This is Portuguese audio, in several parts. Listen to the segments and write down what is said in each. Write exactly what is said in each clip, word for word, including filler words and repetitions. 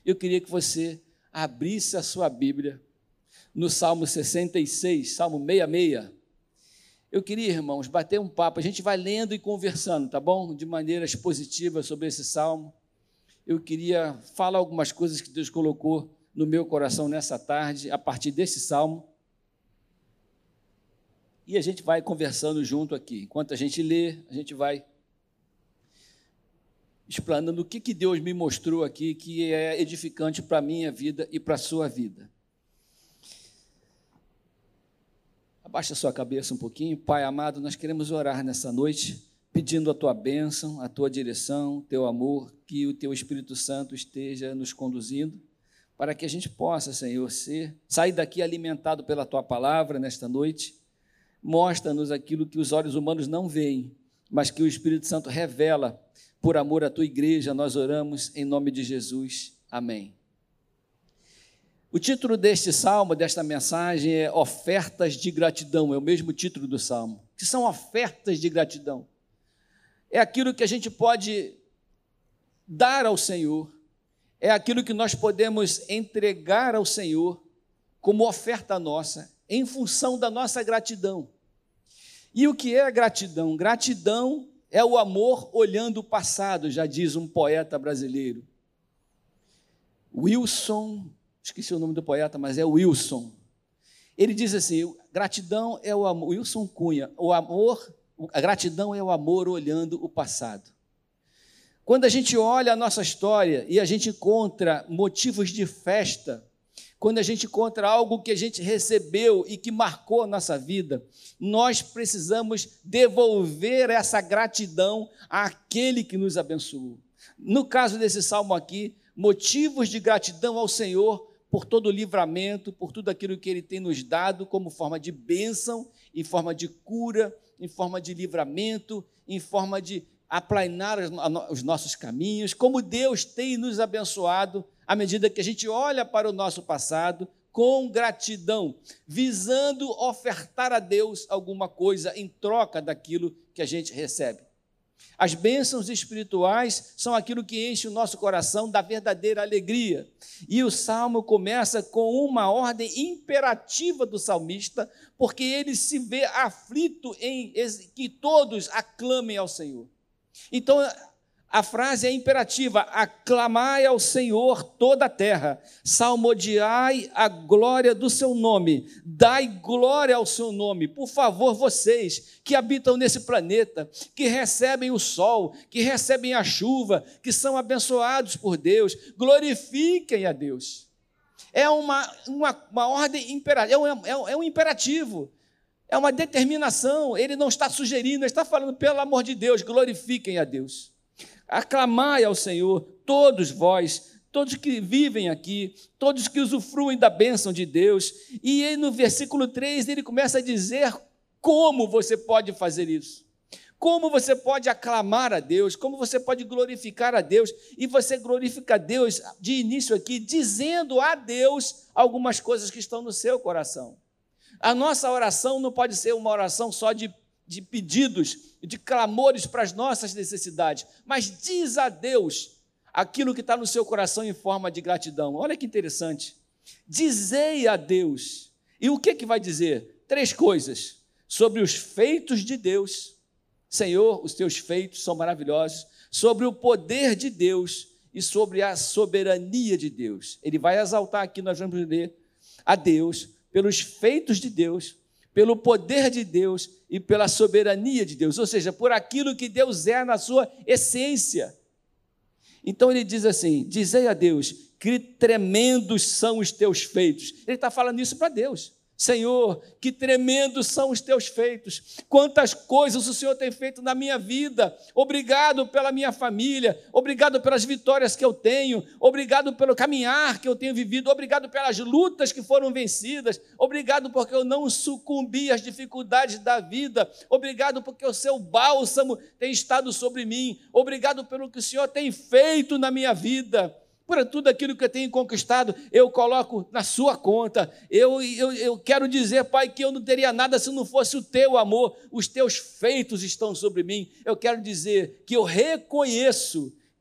Eu queria que você abrisse a sua Bíblia no Salmo sessenta e seis, Salmo sessenta e seis. Eu queria, irmãos, bater um papo, a gente vai lendo e conversando, tá bom? De maneiras positivas sobre esse Salmo. Eu queria falar algumas coisas que Deus colocou no meu coração nessa tarde, a partir desse Salmo. E a gente vai conversando junto aqui. Enquanto a gente lê, a gente vai explanando o que, que Deus me mostrou aqui, que é edificante para a minha vida e para a sua vida. Abaixa a sua cabeça um pouquinho. Pai amado, nós queremos orar nessa noite, pedindo a tua bênção, a tua direção, o teu amor, que o teu Espírito Santo esteja nos conduzindo, para que a gente possa, Senhor, ser, sair daqui alimentado pela tua palavra nesta noite. Mostra-nos aquilo que os olhos humanos não veem, mas que o Espírito Santo revela por amor à tua igreja. Nós oramos em nome de Jesus. Amém. O título deste salmo, desta mensagem, é Ofertas de Gratidão. É o mesmo título do salmo, que são ofertas de gratidão. É aquilo que a gente pode dar ao Senhor, é aquilo que nós podemos entregar ao Senhor como oferta nossa, em função da nossa gratidão. E o que é gratidão? Gratidão é o amor olhando o passado, já diz um poeta brasileiro. Wilson, esqueci o nome do poeta, mas é Wilson. Ele diz assim, gratidão é o amor, Wilson Cunha, o amor, a gratidão é o amor olhando o passado. Quando a gente olha a nossa história e a gente encontra motivos de festa, quando a gente encontra algo que a gente recebeu e que marcou a nossa vida, nós precisamos devolver essa gratidão àquele que nos abençoou. No caso desse salmo aqui, motivos de gratidão ao Senhor por todo o livramento, por tudo aquilo que Ele tem nos dado como forma de bênção, em forma de cura, em forma de livramento, em forma de aplainar os nossos caminhos, como Deus tem nos abençoado à medida que a gente olha para o nosso passado com gratidão, visando ofertar a Deus alguma coisa em troca daquilo que a gente recebe. As bênçãos espirituais são aquilo que enche o nosso coração da verdadeira alegria. E o salmo começa com uma ordem imperativa do salmista, porque ele se vê aflito em que todos aclamem ao Senhor. Então, a frase é imperativa: aclamai ao Senhor toda a terra, salmodiai a glória do seu nome, dai glória ao seu nome. Por favor, vocês que habitam nesse planeta, que recebem o sol, que recebem a chuva, que são abençoados por Deus, glorifiquem a Deus. É uma, uma, uma ordem imperativa, é um, é, um, é um imperativo, é uma determinação. Ele não está sugerindo, ele está falando, pelo amor de Deus, glorifiquem a Deus. Aclamai ao Senhor, todos vós, todos que vivem aqui, todos que usufruem da bênção de Deus. E aí, no versículo três, ele começa a dizer como você pode fazer isso, como você pode aclamar a Deus, como você pode glorificar a Deus. E você glorifica a Deus, de início aqui, dizendo a Deus algumas coisas que estão no seu coração. A nossa oração não pode ser uma oração só de de pedidos, de clamores para as nossas necessidades, mas diz a Deus aquilo que está no seu coração em forma de gratidão. Olha que interessante. Dizei a Deus. E o que, que vai dizer? Três coisas. Sobre os feitos de Deus. Senhor, os teus feitos são maravilhosos. Sobre o poder de Deus e sobre a soberania de Deus. Ele vai exaltar aqui, nós vamos ler, a Deus, pelos feitos de Deus, pelo poder de Deus e pela soberania de Deus, ou seja, por aquilo que Deus é na sua essência. Então ele diz assim, dizei a Deus, que tremendos são os teus feitos. Ele está falando isso para Deus. Senhor, que tremendos são os teus feitos, quantas coisas o Senhor tem feito na minha vida, obrigado pela minha família, obrigado pelas vitórias que eu tenho, obrigado pelo caminhar que eu tenho vivido, obrigado pelas lutas que foram vencidas, obrigado porque eu não sucumbi às dificuldades da vida, obrigado porque o seu bálsamo tem estado sobre mim, obrigado pelo que o Senhor tem feito na minha vida. Por tudo aquilo que eu tenho conquistado, eu coloco na sua conta. Eu, eu, eu quero dizer, Pai, que eu não teria nada se não fosse o teu amor. Os teus feitos estão sobre mim. Eu quero dizer que eu reconheço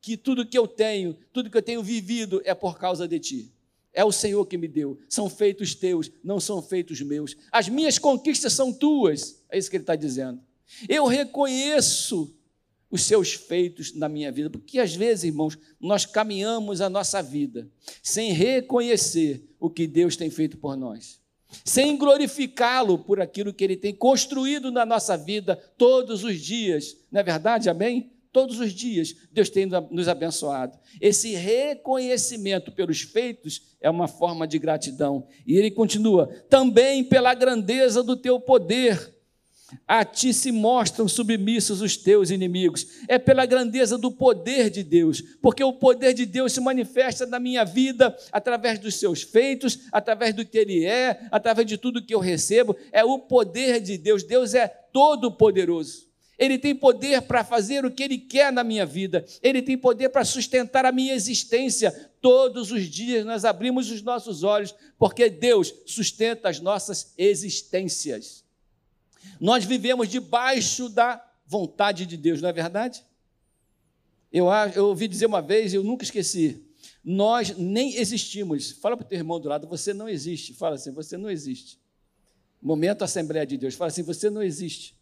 que tudo que eu tenho, tudo que eu tenho vivido é por causa de ti. É o Senhor que me deu. São feitos teus, não são feitos meus. As minhas conquistas são tuas. É isso que ele está dizendo. Eu reconheço os seus feitos na minha vida, porque às vezes, irmãos, nós caminhamos a nossa vida sem reconhecer o que Deus tem feito por nós, sem glorificá-lo por aquilo que ele tem construído na nossa vida todos os dias. Não é verdade? Amém? Todos os dias Deus tem nos abençoado. Esse reconhecimento pelos feitos é uma forma de gratidão. E ele continua: também pela grandeza do teu poder, a ti se mostram submissos os teus inimigos. É pela grandeza do poder de Deus, porque o poder de Deus se manifesta na minha vida através dos seus feitos, através do que ele é, através de tudo que eu recebo. É o poder de Deus. Deus é todo poderoso. Ele tem poder para fazer o que ele quer na minha vida. Ele tem poder para sustentar a minha existência. Todos os dias nós abrimos os nossos olhos, porque Deus sustenta as nossas existências. Nós vivemos debaixo da vontade de Deus, não é verdade? Eu, eu ouvi dizer uma vez, eu nunca esqueci, nós nem existimos. Fala para o teu irmão do lado: você não existe. Fala assim: você não existe. Momento Assembleia de Deus. Fala assim: você não existe.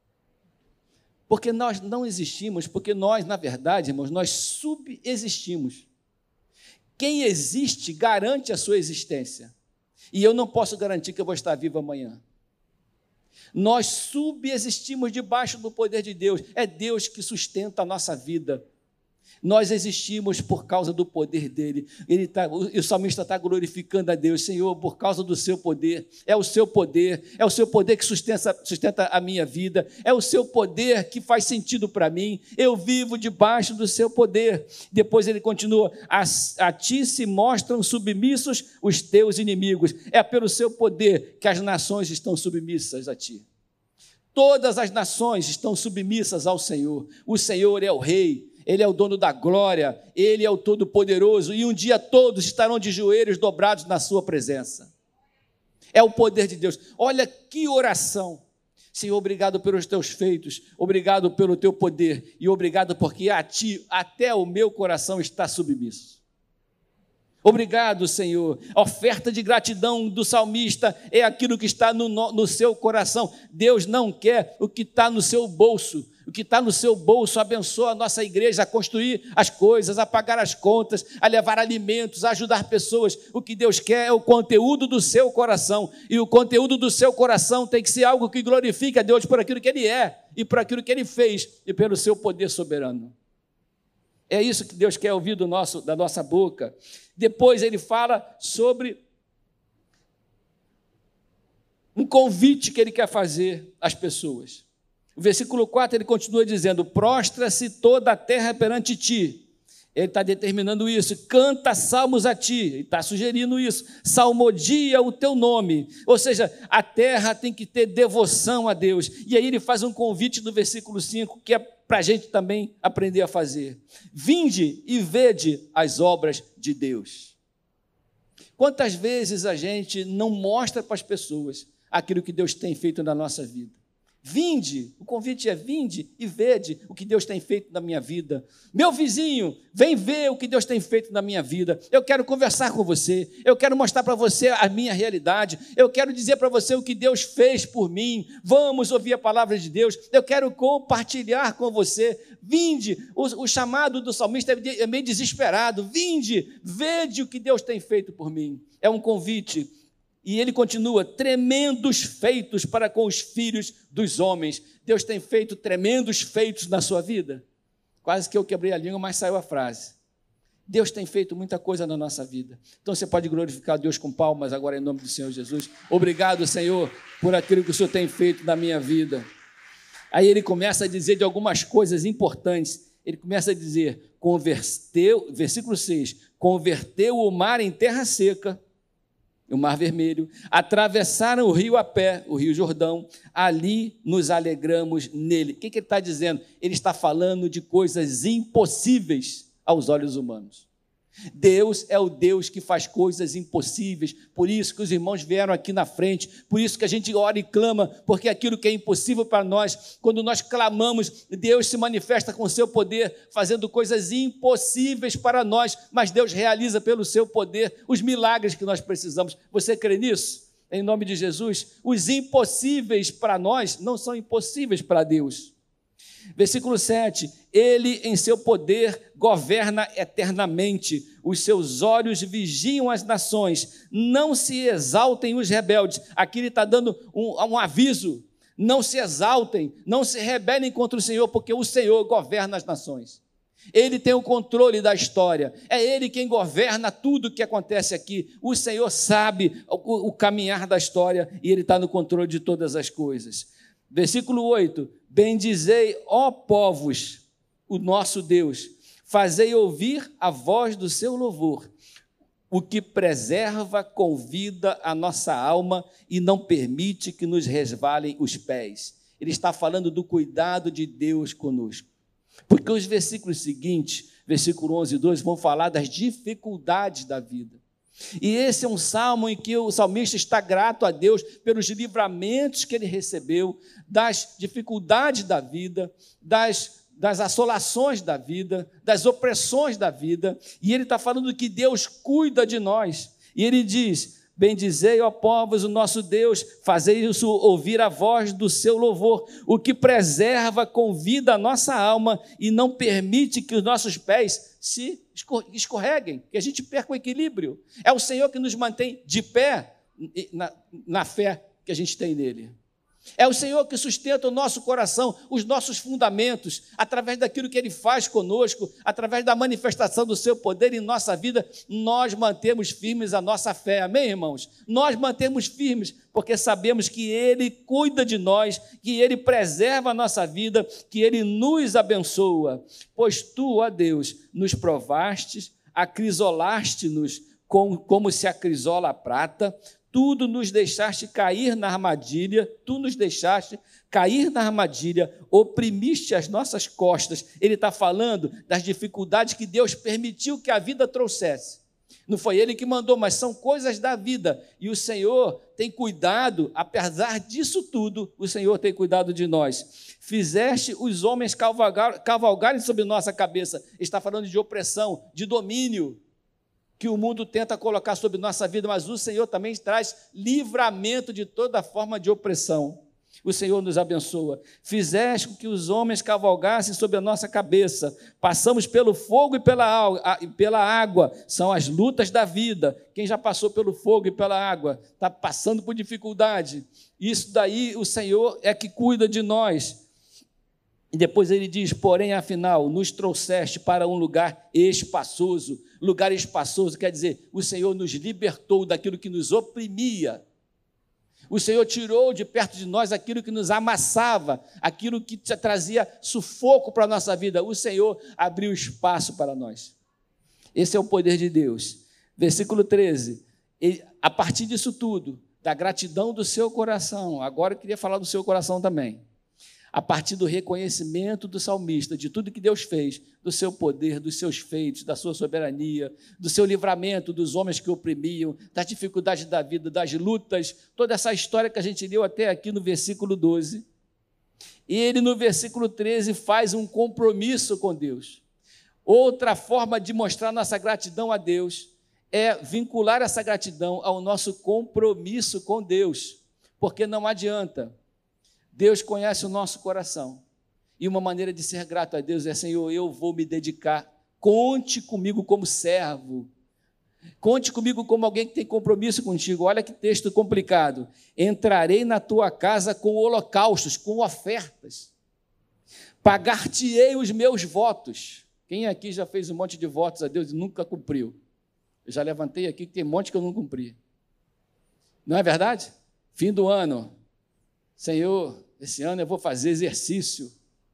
Porque nós não existimos, porque nós, na verdade, irmãos, nós subexistimos. Quem existe garante a sua existência. E eu não posso garantir que eu vou estar vivo amanhã. Nós subexistimos debaixo do poder de Deus. É Deus que sustenta a nossa vida. Nós existimos por causa do poder dele. Ele tá, o salmista está glorificando a Deus: Senhor, por causa do seu poder. É o seu poder, é o seu poder que sustenta, sustenta a minha vida, é o seu poder que faz sentido para mim. Eu vivo debaixo do seu poder. Depois ele continua: a, a ti se mostram submissos os teus inimigos. É pelo seu poder que as nações estão submissas a ti. Todas as nações estão submissas ao Senhor. O Senhor é o Rei. Ele é o dono da glória, Ele é o Todo-Poderoso, e um dia todos estarão de joelhos dobrados na sua presença. É o poder de Deus. Olha que oração. Senhor, obrigado pelos teus feitos, obrigado pelo teu poder, e obrigado porque a ti até o meu coração está submisso. Obrigado, Senhor. A oferta de gratidão do salmista é aquilo que está no, no seu coração. Deus não quer o que está no seu bolso. O que está no seu bolso abençoa a nossa igreja a construir as coisas, a pagar as contas, a levar alimentos, a ajudar pessoas. O que Deus quer é o conteúdo do seu coração. E o conteúdo do seu coração tem que ser algo que glorifique a Deus por aquilo que Ele é e por aquilo que Ele fez e pelo seu poder soberano. É isso que Deus quer ouvir do nosso, da nossa boca. Depois ele fala sobre um convite que ele quer fazer às pessoas. O versículo quatro, ele continua dizendo: prostra-se toda a terra perante ti. Ele está determinando isso. Canta salmos a ti. Ele está sugerindo isso. Salmodia o teu nome. Ou seja, a terra tem que ter devoção a Deus. E aí ele faz um convite no versículo cinco, que é para a gente também aprender a fazer. Vinde e vede as obras de Deus. Quantas vezes a gente não mostra para as pessoas aquilo que Deus tem feito na nossa vida? Vinde, o convite é: vinde e vede o que Deus tem feito na minha vida. Meu vizinho, vem ver o que Deus tem feito na minha vida. Eu quero conversar com você, eu quero mostrar para você a minha realidade, eu quero dizer para você o que Deus fez por mim. Vamos ouvir a palavra de Deus, eu quero compartilhar com você. Vinde, o, o chamado do salmista é meio desesperado: vinde, vede o que Deus tem feito por mim. É um convite. E ele continua: tremendos feitos para com os filhos dos homens. Deus tem feito tremendos feitos na sua vida? Quase que eu quebrei a língua, mas saiu a frase. Deus tem feito muita coisa na nossa vida. Então você pode glorificar Deus com palmas agora em nome do Senhor Jesus. Obrigado, Senhor, por aquilo que o Senhor tem feito na minha vida. Aí ele começa a dizer de algumas coisas importantes. Ele começa a dizer: converteu, versículo seis, converteu o mar em terra seca, o Mar Vermelho, atravessaram o rio a pé, o Rio Jordão, ali nos alegramos nele. O que, que ele está dizendo? Ele está falando de coisas impossíveis aos olhos humanos. Deus é o Deus que faz coisas impossíveis, por isso que os irmãos vieram aqui na frente, por isso que a gente ora e clama, porque aquilo que é impossível para nós, quando nós clamamos, Deus se manifesta com o seu poder, fazendo coisas impossíveis para nós, mas Deus realiza pelo seu poder os milagres que nós precisamos. Você crê nisso? Em nome de Jesus, os impossíveis para nós não são impossíveis para Deus. Versículo sete, ele em seu poder governa eternamente, os seus olhos vigiam as nações, não se exaltem os rebeldes. Aqui ele está dando um, um aviso, não se exaltem, não se rebelem contra o Senhor, porque o Senhor governa as nações. Ele tem o controle da história, é Ele quem governa tudo o que acontece aqui. O Senhor sabe o, o caminhar da história e Ele está no controle de todas as coisas. Versículo oito, bendizei, ó povos, o nosso Deus, fazei ouvir a voz do seu louvor, o que preserva com vida a nossa alma e não permite que nos resvalem os pés. Ele está falando do cuidado de Deus conosco, porque os versículos seguintes, versículo onze e doze, vão falar das dificuldades da vida. E esse é um salmo em que o salmista está grato a Deus pelos livramentos que ele recebeu, das dificuldades da vida, das, das assolações da vida, das opressões da vida, e ele está falando que Deus cuida de nós. E ele diz, bendizei, ó povos, o nosso Deus, fazei isso ouvir a voz do seu louvor, o que preserva com vida a nossa alma e não permite que os nossos pés se escorreguem, que a gente perca o equilíbrio. É o Senhor que nos mantém de pé na, na fé que a gente tem nele. É o Senhor que sustenta o nosso coração, os nossos fundamentos, através daquilo que Ele faz conosco, através da manifestação do seu poder em nossa vida, nós mantemos firmes a nossa fé. Amém, irmãos? Nós mantemos firmes, porque sabemos que Ele cuida de nós, que Ele preserva a nossa vida, que Ele nos abençoa. Pois Tu, ó Deus, nos provastes, acrisolaste-nos como, como se acrisola a prata, tudo nos deixaste cair na armadilha, tu nos deixaste cair na armadilha, oprimiste as nossas costas. Ele está falando das dificuldades que Deus permitiu que a vida trouxesse. Não foi Ele que mandou, mas são coisas da vida. E o Senhor tem cuidado, apesar disso tudo, o Senhor tem cuidado de nós. Fizeste os homens cavalgar, cavalgarem sobre nossa cabeça. Está falando de opressão, de domínio, que o mundo tenta colocar sobre nossa vida, mas o Senhor também traz livramento de toda forma de opressão. O Senhor nos abençoa. Fizeste com que os homens cavalgassem sobre a nossa cabeça. Passamos pelo fogo e pela, pela água. São as lutas da vida. Quem já passou pelo fogo e pela água está passando por dificuldade. Isso daí o Senhor é que cuida de nós. E depois ele diz, porém, afinal, nos trouxeste para um lugar espaçoso. Lugar espaçoso quer dizer, o Senhor nos libertou daquilo que nos oprimia. O Senhor tirou de perto de nós aquilo que nos amassava, aquilo que trazia sufoco para a nossa vida. O Senhor abriu espaço para nós. Esse é o poder de Deus. Versículo treze. Ele, a partir disso tudo, da gratidão do seu coração, agora eu queria falar do seu coração também. A partir do reconhecimento do salmista, de tudo que Deus fez, do seu poder, dos seus feitos, da sua soberania, do seu livramento dos homens que o oprimiam, das dificuldades da vida, das lutas, toda essa história que a gente leu até aqui no versículo doze. E ele, no versículo treze, faz um compromisso com Deus. Outra forma de mostrar nossa gratidão a Deus é vincular essa gratidão ao nosso compromisso com Deus, porque não adianta. Deus conhece o nosso coração, e uma maneira de ser grato a Deus é, Senhor, eu vou me dedicar, conte comigo como servo, conte comigo como alguém que tem compromisso contigo. Olha que texto complicado, entrarei na tua casa com holocaustos, com ofertas, pagar-te-ei os meus votos. Quem aqui já fez um monte de votos a Deus e nunca cumpriu? Eu já levantei aqui que tem um monte que eu não cumpri, não é verdade? Fim do ano, Senhor, esse ano eu vou fazer exercício,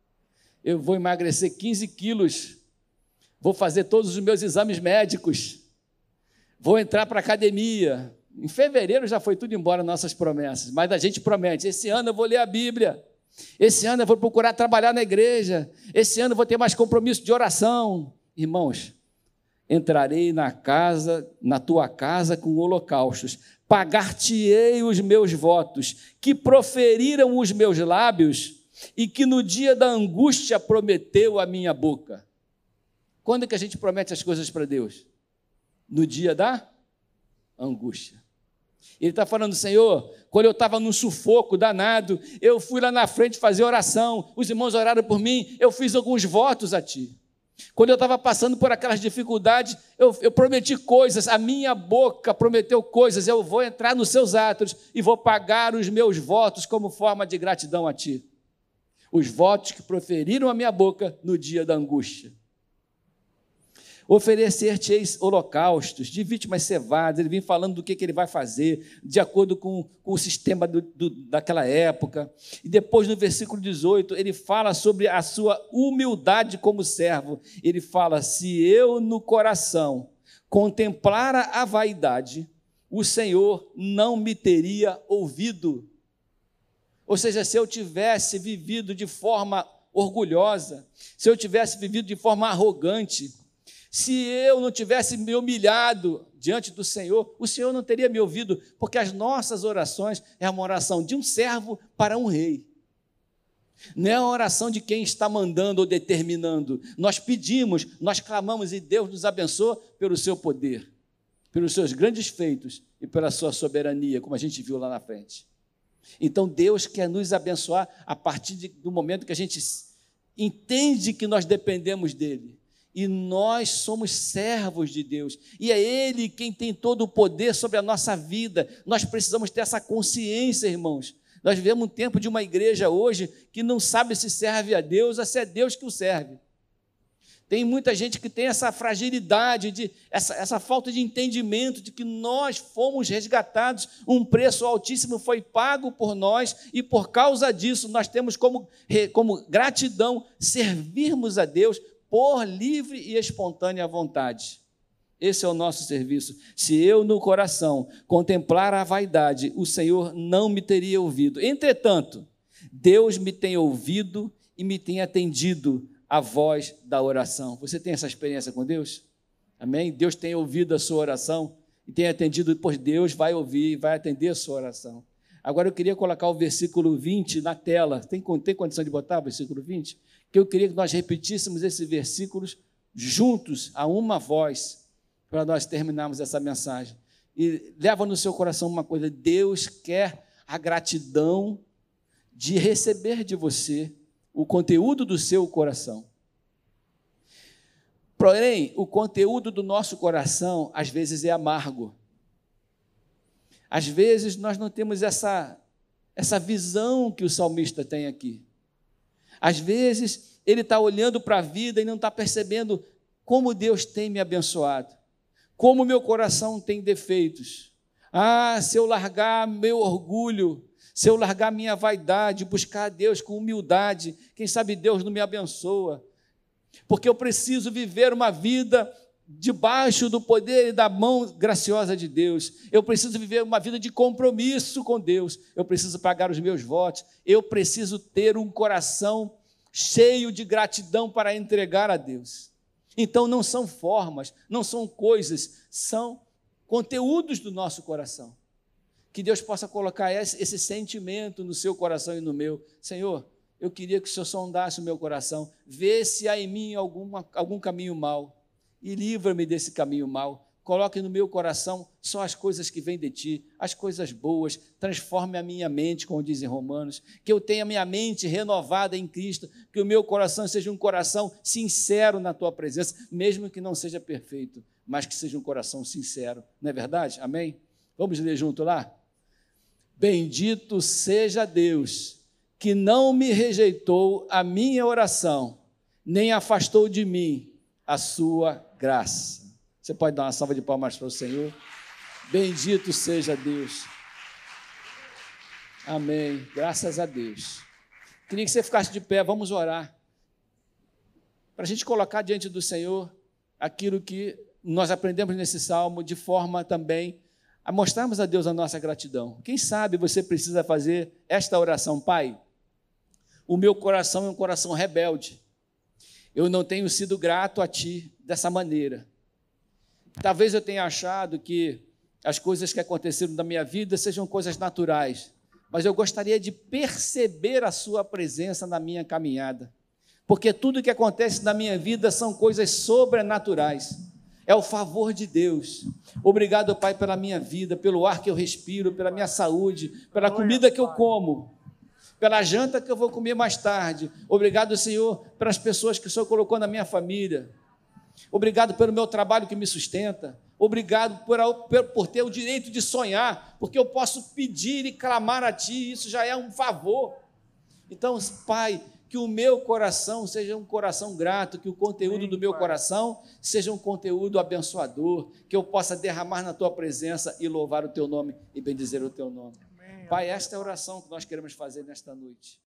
eu vou emagrecer quinze quilos, vou fazer todos os meus exames médicos, vou entrar para a academia. Em fevereiro já foi tudo embora nossas promessas, mas a gente promete, esse ano eu vou ler a Bíblia, esse ano eu vou procurar trabalhar na igreja, esse ano eu vou ter mais compromisso de oração. Irmãos, entrarei na casa, na tua casa com holocaustos, pagar-te-ei os meus votos, que proferiram os meus lábios e que no dia da angústia prometeu a minha boca. Quando é que a gente promete as coisas para Deus? No dia da angústia. Ele está falando, Senhor, quando eu estava num sufoco danado, eu fui lá na frente fazer oração, os irmãos oraram por mim, eu fiz alguns votos a Ti. Quando eu estava passando por aquelas dificuldades, eu, eu prometi coisas, a minha boca prometeu coisas, eu vou entrar nos Seus atos e vou pagar os meus votos como forma de gratidão a Ti. Os votos que proferiram a minha boca no dia da angústia. Oferecer-te-eis holocaustos de vítimas cevadas, ele vem falando do que, que ele vai fazer, de acordo com, com o sistema do, do, daquela época. E depois, no versículo dezoito, ele fala sobre a sua humildade como servo. Ele fala, se eu no coração contemplara a vaidade, o Senhor não me teria ouvido. Ou seja, se eu tivesse vivido de forma orgulhosa, se eu tivesse vivido de forma arrogante, se eu não tivesse me humilhado diante do Senhor, o Senhor não teria me ouvido, porque as nossas orações é uma oração de um servo para um rei. Não é a oração de quem está mandando ou determinando. Nós pedimos, nós clamamos e Deus nos abençoa pelo seu poder, pelos seus grandes feitos e pela sua soberania, como a gente viu lá na frente. Então Deus quer nos abençoar a partir de, do momento que a gente entende que nós dependemos dEle. E nós somos servos de Deus, e é Ele quem tem todo o poder sobre a nossa vida. Nós precisamos ter essa consciência, irmãos. Nós vivemos um tempo de uma igreja hoje que não sabe se serve a Deus ou se é Deus que o serve. Tem muita gente que tem essa fragilidade, de, essa, essa falta de entendimento de que nós fomos resgatados, um preço altíssimo foi pago por nós, e por causa disso nós temos como, como gratidão servirmos a Deus por livre e espontânea vontade. Esse é o nosso serviço. Se eu no coração contemplar a vaidade, o Senhor não me teria ouvido. Entretanto, Deus me tem ouvido e me tem atendido a voz da oração. Você tem essa experiência com Deus? Amém? Deus tem ouvido a sua oração e tem atendido, pois Deus vai ouvir e vai atender a sua oração. Agora eu queria colocar o versículo vinte na tela. Tem, tem condição de botar o versículo vinte? Que eu queria que nós repetíssemos esses versículos juntos, a uma voz, para nós terminarmos essa mensagem. E leva no seu coração uma coisa: Deus quer a gratidão de receber de você o conteúdo do seu coração. Porém, o conteúdo do nosso coração, às vezes, é amargo. Às vezes, nós não temos essa, essa visão que o salmista tem aqui. Às vezes, ele está olhando para a vida e não está percebendo como Deus tem me abençoado, como meu coração tem defeitos. Ah, se eu largar meu orgulho, se eu largar minha vaidade, buscar a Deus com humildade, quem sabe Deus não me abençoa, porque eu preciso viver uma vida debaixo do poder e da mão graciosa de Deus. Eu preciso viver uma vida de compromisso com Deus. Eu preciso pagar os meus votos. Eu preciso ter um coração cheio de gratidão para entregar a Deus. Então não são formas, não são coisas, são conteúdos do nosso coração. Que Deus possa colocar esse, esse sentimento no seu coração e no meu. Senhor, eu queria que o Senhor sondasse o meu coração, vê se há em mim alguma, algum caminho mau, e livra-me desse caminho mau. Coloque no meu coração só as coisas que vêm de Ti, as coisas boas. Transforme a minha mente, como dizem Romanos, que eu tenha minha mente renovada em Cristo, que o meu coração seja um coração sincero na Tua presença, mesmo que não seja perfeito, mas que seja um coração sincero. Não é verdade? Amém? Vamos ler junto lá? Bendito seja Deus, que não me rejeitou a minha oração, nem afastou de mim a sua graça. Você pode dar uma salva de palmas para o Senhor? Bendito seja Deus. Amém. Graças a Deus. Queria que você ficasse de pé, vamos orar. Para a gente colocar diante do Senhor aquilo que nós aprendemos nesse salmo, de forma também a mostrarmos a Deus a nossa gratidão. Quem sabe você precisa fazer esta oração: Pai, o meu coração é um coração rebelde. Eu não tenho sido grato a Ti dessa maneira. Talvez eu tenha achado que as coisas que aconteceram na minha vida sejam coisas naturais, mas eu gostaria de perceber a sua presença na minha caminhada, porque tudo que acontece na minha vida são coisas sobrenaturais, é o favor de Deus. Obrigado, Pai, pela minha vida, pelo ar que eu respiro, pela minha saúde, pela comida que eu como, pela janta que eu vou comer mais tarde. Obrigado, Senhor, pelas pessoas que o Senhor colocou na minha família. Obrigado pelo meu trabalho que me sustenta. Obrigado por, por ter o direito de sonhar, porque eu posso pedir e clamar a Ti, isso já é um favor. Então, Pai, que o meu coração seja um coração grato, que o conteúdo do meu coração seja um conteúdo abençoador, que eu possa derramar na Tua presença e louvar o Teu nome e bendizer o Teu nome. Pai, esta é a oração que nós queremos fazer nesta noite.